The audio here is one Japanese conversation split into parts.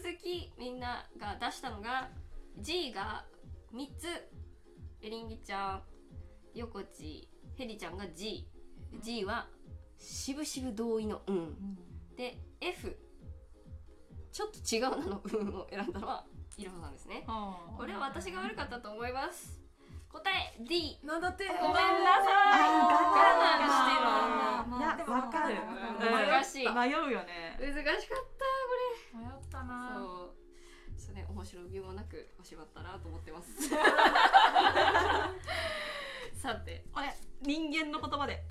きみんなが出したのが G が3つ、エリンギちゃん、横地、ヘリちゃんが G はしぶしぶ同意ので F ちょっと違うなのを選んだのはいろはさんですね。これは私が悪かったと思います。答え D。 なんだってごめんなさい。我慢してる。 いや、わかる。 難しい。 迷うよね。 難しかったこれ。 迷ったな。 そうね、面白みもなくおしまったなと思ってます。さて、 人間の言葉で。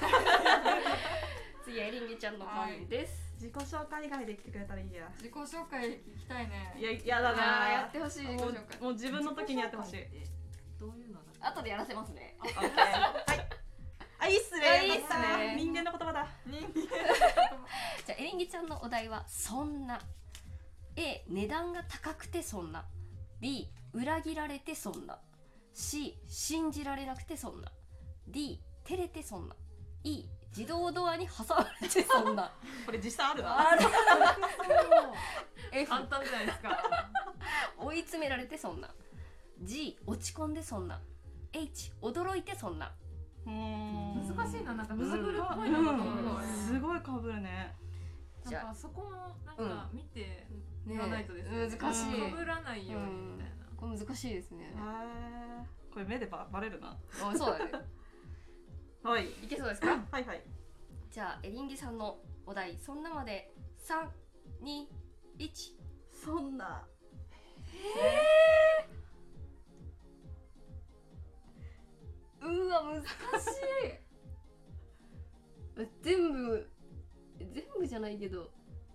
次はエリンギちゃんの番です。 自己紹介以外で来てくれたらいいや。 自己紹介聞きたいね。 いやだな。 やってほしい自己紹介。 もう自分の時にやってほしい。 どういうのだ。 後でやらせますね。 はい。いいっすね。 いいっすね。 人間の言葉だ。 じゃあエリンギちゃんのお題はそんな。A 値段が高くてそんな。B 裏切られてそんな。C 信じられなくてそんな。D 照れてそんな。E 自動ドアに挟まれてそんな。 これ実際あるな。 ある。F 簡単じゃないですか。 追い詰められてそんな。G 落ち込んでそんな。H 驚いてそんな。 難しいな、なんかむずぶるっぽいのがすごい被るね。 なんかそこもなんか見て言わないとですね。 難しい。 被らないようにみたいな。 これ難しいですね。 これ目でバレるな。 そうだね。 はい。 いけそうですか？ はいはい。 じゃあエリンギさんのお題そんなまで3、2、1。 そんな。 うわ難しい。全部じゃないけど。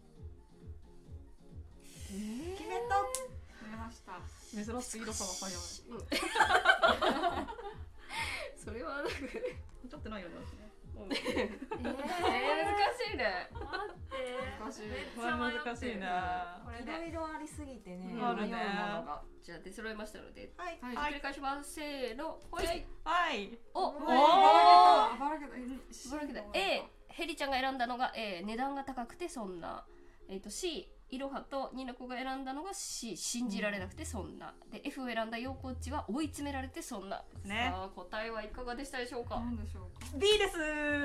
決めました。 珍しい色さが早い。 それはなんかちょっとないよね。 難しいね。 待って。 難しい。 めっちゃ難しいな。 いろいろありすぎてね。 あるね。 じゃあ出揃いましたので、 はい。 ひっくり返します。せーの。はい。 はい。 お。 ばらけた。 A ヘリちゃんが選んだのが A 値段が高くてそんな。C いろはとニナコが選んだのが C 信じられなくてそんな。で F を選んだヨーコッチは追い詰められてそんな。 ね。 さあ答えはいかがでしたでしょうか。 なんでしょうか。 B です。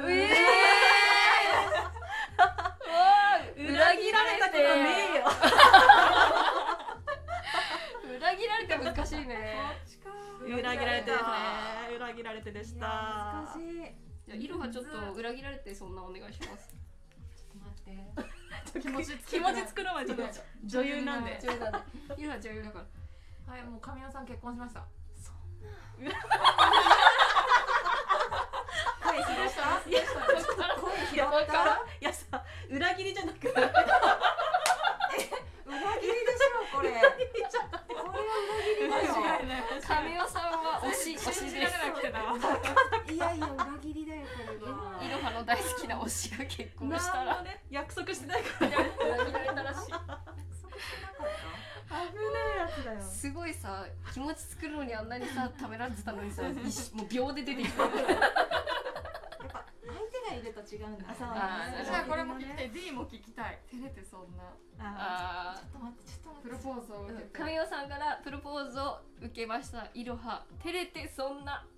裏切られたことねえよ。裏切られて難しいね。 裏切られてですね。裏切られてでした。 難しい。 じゃあいろはちょっと裏切られてそんなお願いします。 待って。 気持ち作るまでちょっと女優なんで。 いろは女優だから。 はい、もう神尾さん結婚しました。 そんな。 声拾った声拾った。 いやさ、裏切りじゃなくて裏切りでしょこれ。これは裏切りだよ。 神尾さんは推しです。 いやいや裏切りだよこれは。 いろはの大好きな推しが結婚したら約束してないから裏切られたらしい。 約束してなかっ危ないやつだよ。 すごいさ、気持ち作るのにあんなにさためらってたのにさ、もう秒で出てきた。 た。やっぱ相手がいると違うんだ。 そうじゃあこれも聞きたい。D も聞きたい。照れてそんな。 あちょっと待って。 プロポーズを受けて。 神尾さんからプロポーズを受けましたいろは。照れてそんな。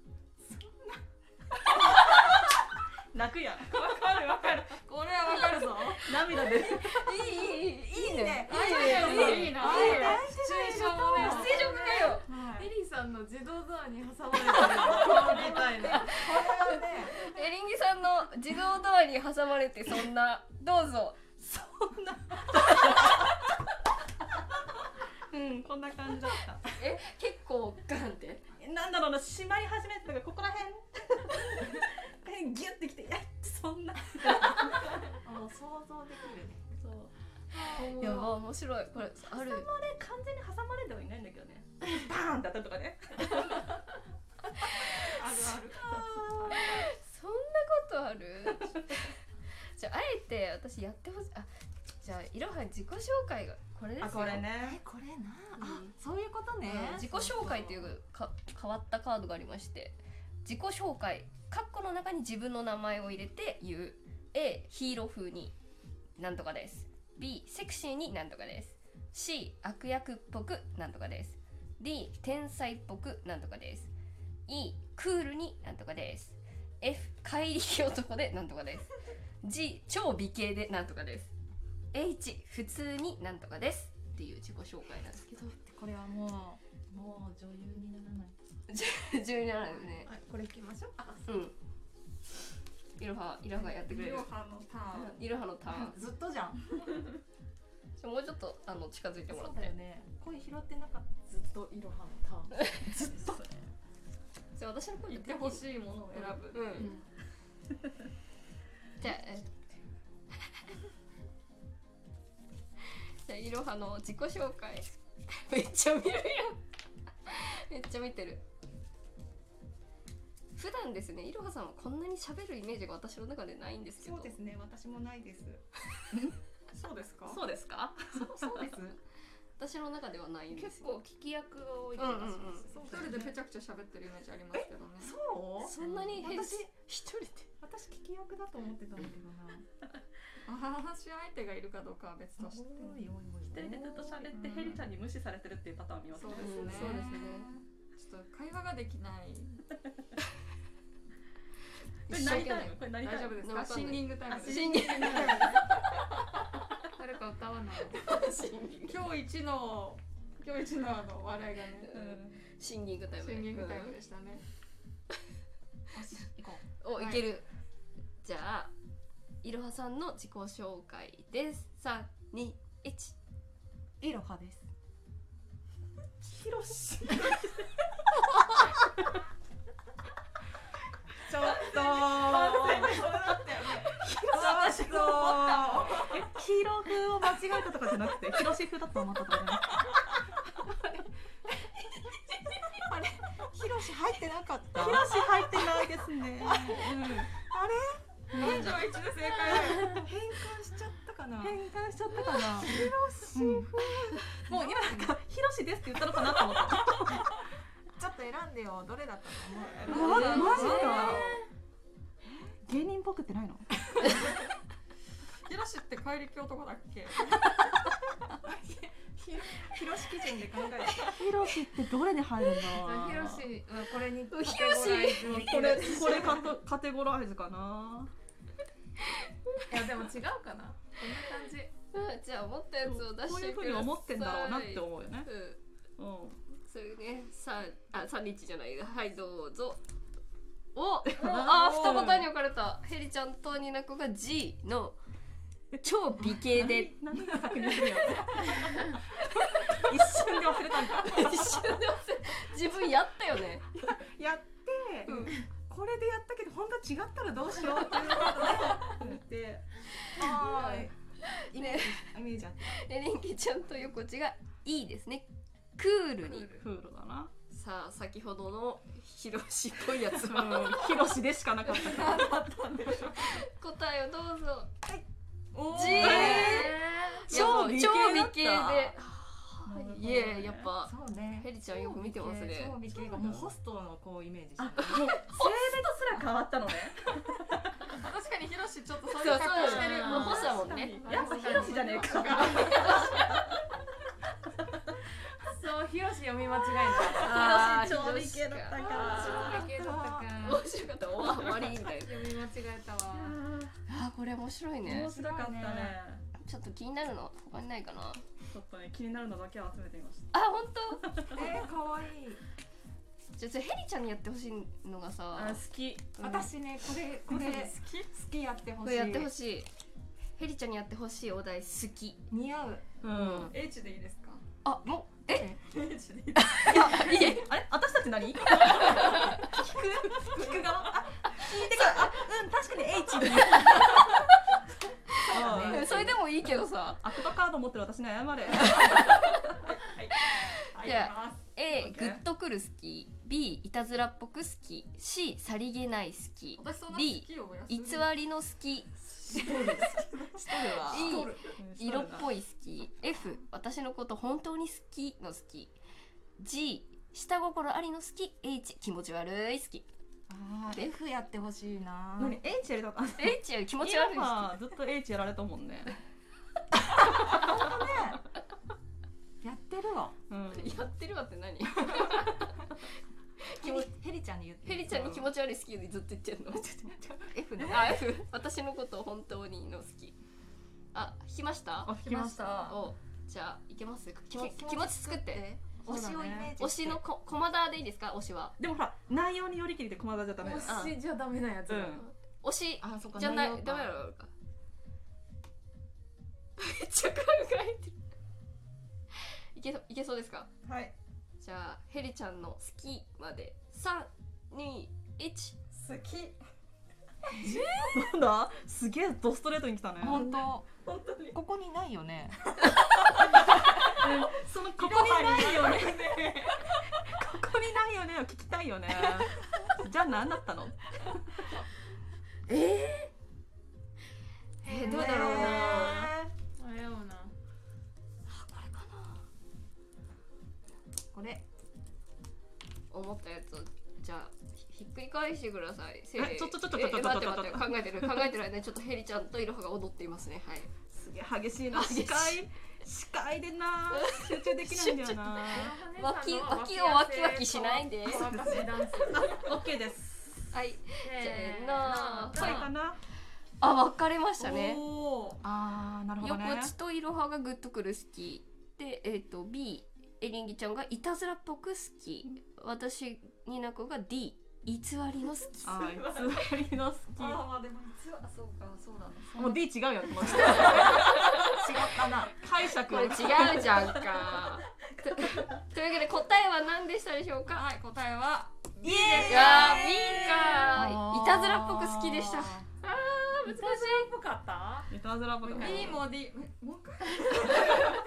泣くやん。 わかる。これはわかるぞ。 涙で。 いいね。 いいな。シチュエーションもね。 シチュエーションかよ。 エリーさんの自動ドアに挟まれてるこみたいな。 これはね。 エリンギさんの自動ドアに挟まれてそんな。どうぞ。 そんな。こんな感じだった。 結構ガンって。 なんだろうな、締まり始めてたからここら辺ギュッてきて、そんな。 想像できるね。 そう。いや面白い。これある。 完全に挟まれてはいないんだけどね。バーンって当たるとかね。 ある。 そんなことある？じゃああえて私やってほしい。じゃあいろは自己紹介がこれですよ。 これね。 これな。そういうことね。 自己紹介という変わったカードがありまして、自己紹介カッコの中に自分の名前を入れて言う。 A ヒーロー風になんとかです。 B セクシーになんとかです。 C 悪役っぽくなんとかです。 D 天才っぽくなんとかです。 E クールになんとかです。 F 怪力男でなんとかです。 G 超美形でなんとかです。 H 普通になんとかですっていう自己紹介なんですけどこれはもう女優にならない。 重要なんですね。 はい、これいきましょう。 うんいろはやってくれる。 イロハのターン。 いろはのターン。 ずっとじゃん。 もうちょっと近づいてもらって。 そうだよね。声拾ってなかった。ずっといろはのターン。ずっと。 じゃあ私の声言ってほしいものを選ぶ。 うんじゃあじゃあいろはの自己紹介めっちゃ見るやんめっちゃ見てる。普段ですね、いろはさんはこんなに喋るイメージが私の中でないんですけど。 そうですね。私もないです。 そうですか。 そうですか？そうです。 私の中ではないんです結構よ。 聞き役が多い気がします。 一人でぺちゃくちゃ喋ってるイメージありますけどね。 そう？ そんなに私一人で私聞き役だと思ってたんだけどな。 話し相手がいるかどうかは別として。 一人でずっと喋ってヘリちゃんに無視されてるっていうパターン見ますね。 そうですね。 そうですね。 ちょっと会話ができない。 これ何タイム？これ何タイム？ 大丈夫ですか？シンギングタイムです。 シンギングタイム誰か歌わない。 シンギング今日一の笑いがね。 シンギングタイム。 シンギングタイムでしたね。 行こお、いける。じゃあいろはさんの自己紹介です。3、2、1。 う。いろはです。ひろし。ちょっと私が思ったヒロ風を間違えたとかじゃなくてヒロシ風だと思ったとかじゃなくてあれヒロシ入ってなかったヒロシ入ってないですねあれ満場一致で正解。 変換しちゃったかなヒロシ風、もう今なんかヒロシですって言ったのかなと思ったちょっと選んでよどれだったと思うマジか芸人っぽくってないのヒロシって怪力男だっけ？ ヒロシ基準で考えてヒロシってどれに入るんだヒロシはこれにヒロシこれカテゴライズかないやでも違うかなこんな感じ。 じゃあ思ったやつを出してください。 こういう風に思ってんだろうなって思うよねうんうんそれね、3日じゃない、はいどうぞ。お、二股に分かれた。ヘリちゃんとニナコが G の超美形で何が確認するよ一瞬で忘れたんだ一瞬で忘れ自分やったよね。 やって、これでやったけど本当は違ったらどうしようっていうことで見てイメージあってエレンキちゃんと横地が E ですね。クールに。 フールだなさあ先ほどのヒロシっぽいやつヒはロシでしかなかったから答えをどうぞ。 お G 超美形だった超美形でいえやっぱそうねヘリちゃんよく見てますね。 超美形がもうホストのこうイメージしてるもう性別すら変わったのね確かにヒロシちょっとそうそういう格好してる。 もうホストだもんね。 やっぱヒロシじゃねえかそうヒロシ読み間違あーヒロシ超美形だったからえた。超美形だったか。 面白かった。終わりみたいな。 読み間違えたわ。 あーこれ面白いね面。白かったねちょっと気になるの他にないかな。 ちょっとね気になるのだけを集めてみましたあ本当。 可愛い。 じゃあヘリちゃんにやってほしいのがさ、 好き私ねこれ好きやってほしい。 これやってほしい。ヘリちゃんにやってほしいお題好き。 似合う。 うん H でいいですか？ あもう H でいいですか？ いやあれ私たち何聞く側聞いてから確かに H にそれでもいいけどさ。 アクトカード持ってる私に謝れじゃあ A グッとくる好き、B いたずらっぽく好き、C さりげない好き、 私そんな好 D きを偽りの好き、 しとるわ E 色っぽい好き、F 私のこと本当に好きの好き、G 下心ありの好き、H 気持ち悪い好き。 F やってほしいな。 何 H やりたかった H より気持ち悪い好ずっと H やられたもんねやってるわって何？ ヘリちゃんに言ってヘリちゃんに気持ち悪い好きでずっと言ってんの。 F のあ、F。私のことを本当にの好き。あ、聞きました？ 聞きました。 お、じゃあいけます？気持ち作って。 推しをイメージ。 推しのコマダでいいですか？推しは。 でもほら内容によりきりでコマダじゃダメ。 推しじゃダメなやつだ。 推しあ、そっか。 じゃないダメなのか。めっちゃ考えてる。いけそうですか？ はい。 じゃあヘリちゃんの好きまで3、2、1。 好き。なんだ？すげえドストレートに来たね。 本当本当に。 ここにないよね。 そのここにないよね。ここにないよねを聞きたいよね。じゃあ何だったの？ どうだろうな。 迷うな。 これかな。 これ。 思ったやつをじゃあひっくり返してください。 ちょっと待って考えてる間にちょっとヘリちゃんとイロハが踊っていますね。はい。 すげえ激しいな。視界でな集中できないんだよな。 脇をワキワキしないで。 乾かしダンス。 オッケーです。 はい。せーの。 これかな。 あ、分かれましたね。 ああ、なるほどね。 横地とイロハがグッとくる好きで、B エリンギちゃんがいたずらっぽく好き。私ニナコが D 偽りの好き。 あ、偽りの好き。 ああでも実はそうかそうだね。 もう D 違うよ。違ったな。 解釈これ違うじゃんか。というわけで答えは何でしたでしょうか？ はい、答えはイエーイ。 いやー B か。いたずらっぽく好きでした。難しい。 ぽかった？ いたずらっぽかった。 B も D もう一回